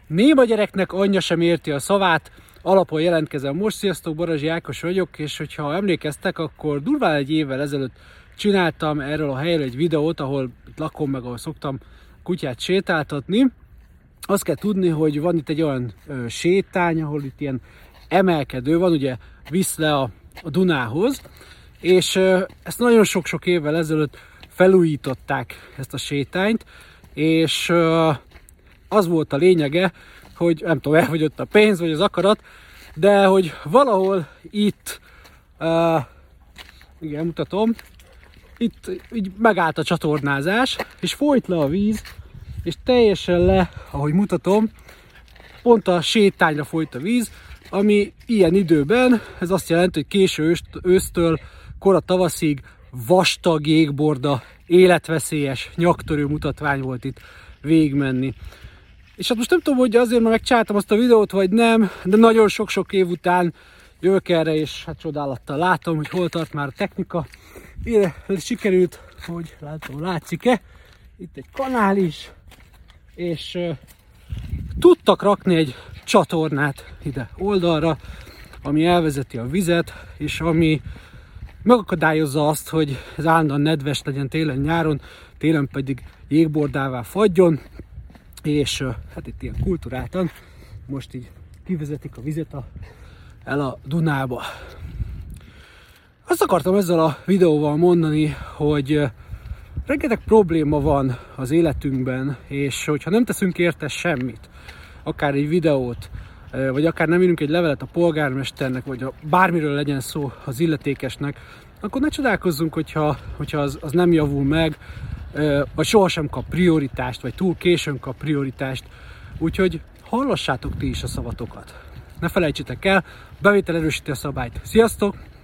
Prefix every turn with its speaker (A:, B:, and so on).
A: Néma gyereknek anyja sem érti a szavát, alapon jelentkezem most. Sziasztok, Barazsi Ákos vagyok, és hogyha emlékeztek, akkor durván egy évvel ezelőtt csináltam erről a helyről egy videót, ahol itt lakom meg, ahol szoktam kutyát sétáltatni. Azt kell tudni, hogy van itt egy olyan sétány, ahol itt ilyen emelkedő van, ugye visz le a Dunához, és ezt nagyon sok-sok évvel ezelőtt felújították, ezt a sétányt, és az volt a lényege, hogy nem tudom, elfogyott a pénz vagy az akarat, de hogy valahol itt, igen, mutatom, itt így megállt a csatornázás, és folyt le a víz, és teljesen le, ahogy mutatom, pont a sétányra folyt a víz, ami ilyen időben, ez azt jelenti, hogy késő ősztől kora tavaszig vastag jégborda, életveszélyes, nyaktörő mutatvány volt itt végigmenni. És hát most nem tudom, hogy azért már megcsináltam azt a videót, vagy nem, de nagyon sok-sok év után jövök erre, és hát csodálattal látom, hogy hol tart már a technika. Ide sikerült, hogy látszik-e, itt egy kanál is, és tudtak rakni egy csatornát ide oldalra, ami elvezeti a vizet, és ami megakadályozza azt, hogy ez állandóan nedves legyen télen-nyáron, télen pedig jégbordává fagyjon, és hát itt ilyen kulturáltan most így kivezetik a vizet el a Dunába. Azt akartam ezzel a videóval mondani, hogy rengeteg probléma van az életünkben, és hogyha nem teszünk érte semmit, akár egy videót, vagy akár nem írunk egy levelet a polgármesternek, vagy bármiről legyen szó az illetékesnek, akkor ne csodálkozzunk, hogyha az nem javul meg, vagy sohasem kap prioritást, vagy túl későn kap prioritást. Úgyhogy hallassátok ti is a szavatokat. Ne felejtsétek el, bevétel erősíti a szabályt. Sziasztok!